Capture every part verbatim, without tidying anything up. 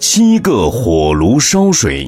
七个火炉烧水。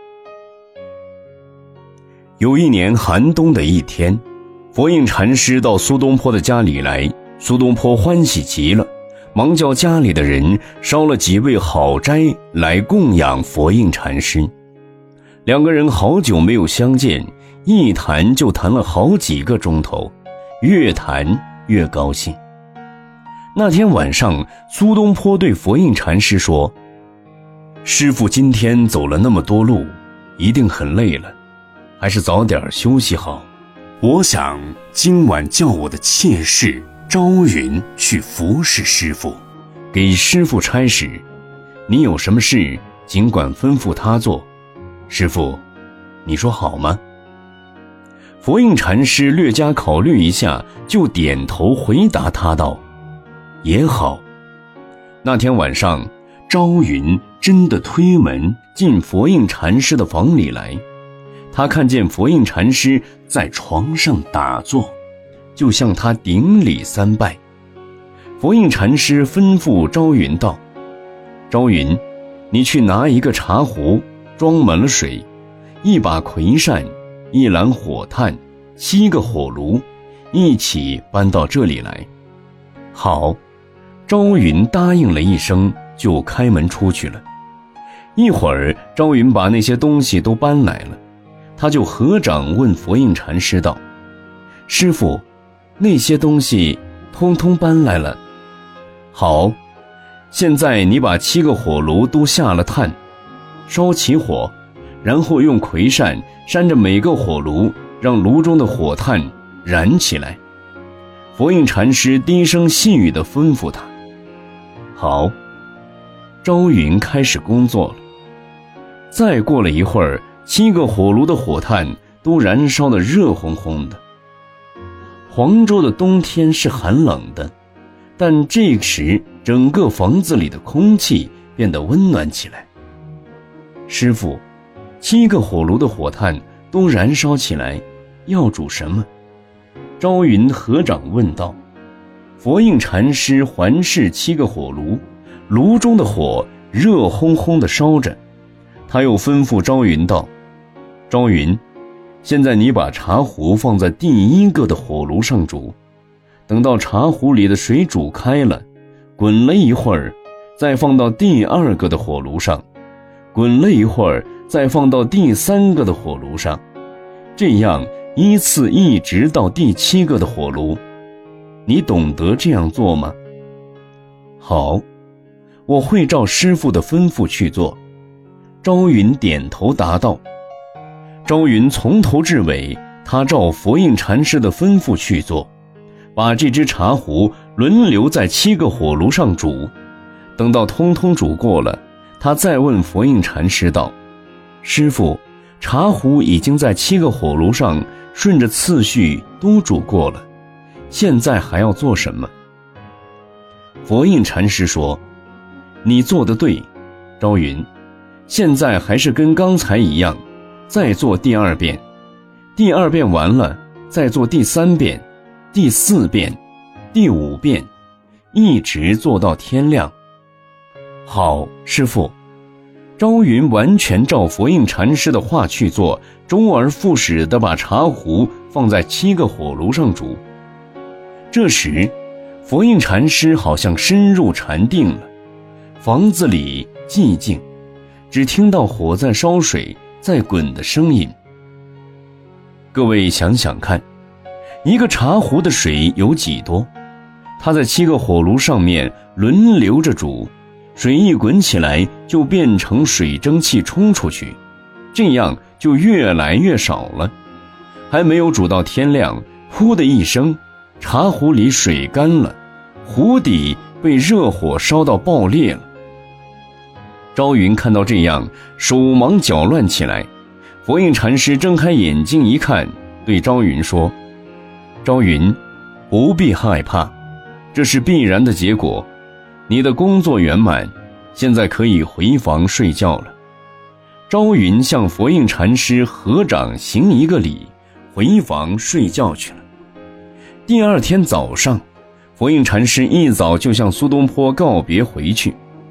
有一年寒冬的一天，佛印禅师到苏东坡的家里来，苏东坡欢喜极了，忙叫家里的人烧了几味好斋来供养佛印禅师。两个人好久没有相见，一谈就谈了好几个钟头，越谈越高兴。那天晚上，苏东坡对佛印禅师说：师父今天走了那么多路，一定很累了，还是早点休息好。我想今晚叫我的妾室朝云去服侍师父，给师父差使，你有什么事尽管吩咐他做。师父，你说好吗？佛印禅师略加考虑一下，就点头回答他道：也好。那天晚上，朝云真的推门进佛印禅师的房里来，他看见佛印禅师在床上打坐，就向他顶礼三拜。佛印禅师吩咐朝云道：朝云，你去拿一个茶壶，装满了水，一把葵扇，一篮火炭，七个火炉，一起搬到这里来。好。朝云答应了一声，就开门出去了。一会儿，朝云把那些东西都搬来了，他就合掌问佛印禅师道：师父，那些东西通通搬来了。好，现在你把七个火炉都下了炭，烧起火，然后用葵扇扇着每个火炉，让炉中的火炭燃起来。佛印禅师低声细语地吩咐他。好，朝云开始工作了。再过了一会儿，七个火炉的火炭都燃烧得热烘烘的。黄州的冬天是寒冷的，但这时整个房子里的空气变得温暖起来。师父，七个火炉的火炭都燃烧起来，要煮什么？朝云合掌问道。佛印禅师环视七个火炉，炉中的火热烘烘地烧着。他又吩咐朝云道：朝云，现在你把茶壶放在第一个的火炉上煮，等到茶壶里的水煮开了，滚了一会儿，再放到第二个的火炉上，滚了一会儿，再放到第三个的火炉上，这样依次一直到第七个的火炉。你懂得这样做吗？好，我会照师父的吩咐去做。朝云点头答道。朝云从头至尾，他照佛印禅师的吩咐去做，把这只茶壶轮流在七个火炉上煮。等到通通煮过了，他再问佛印禅师道：师父，茶壶已经在七个火炉上顺着次序都煮过了，现在还要做什么？佛印禅师说：你做得对，朝云，现在还是跟刚才一样，再做第二遍，第二遍完了，再做第三遍，第四遍，第五遍，一直做到天亮。好，师父。朝云完全照佛印禅师的话去做，周而复始地把茶壶放在七个火炉上煮。这时，佛印禅师好像深入禅定了，房子里寂静，只听到火在烧水，在滚的声音。各位想想看，一个茶壶的水有几多？它在七个火炉上面轮流着煮，水一滚起来就变成水蒸气冲出去，这样就越来越少了。还没有煮到天亮，呼的一声，茶壶里水干了，壶底被热火烧到爆裂了。朝云看到这样，手忙脚乱起来。佛印禅师睁开眼睛一看，对朝云说：朝云，不必害怕，这是必然的结果，你的工作圆满，现在可以回房睡觉了。朝云向佛印禅师合掌行一个礼，回房睡觉去了。第二天早上，佛印禅师一早就向苏东坡告别回去。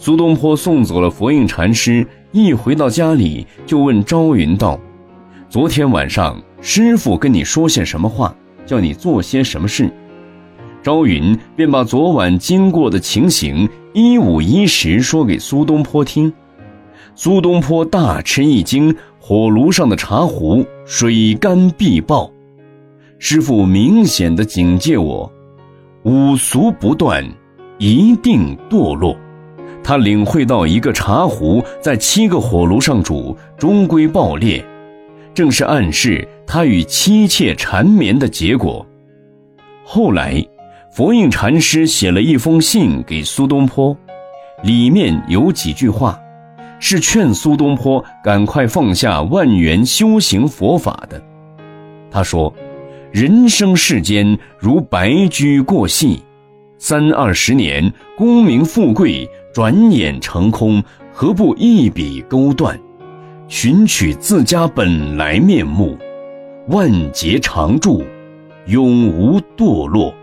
苏东坡送走了佛印禅师，一回到家里就问朝云道：昨天晚上师父跟你说些什么话，叫你做些什么事？朝云便把昨晚经过的情形一五一十说给苏东坡听。苏东坡大吃一惊，火炉上的茶壶水干必爆。师父明显地警戒我，五俗不断，一定堕落。他领会到一个茶壶在七个火炉上煮，终归爆裂，正是暗示他与妻妾缠绵的结果。后来佛印禅师写了一封信给苏东坡，里面有几句话是劝苏东坡赶快放下万缘修行佛法的。他说，人生世间如白驹过隙，三二十年功名富贵转眼成空，何不一笔勾断，寻取自家本来面目，万劫常驻，永无堕落。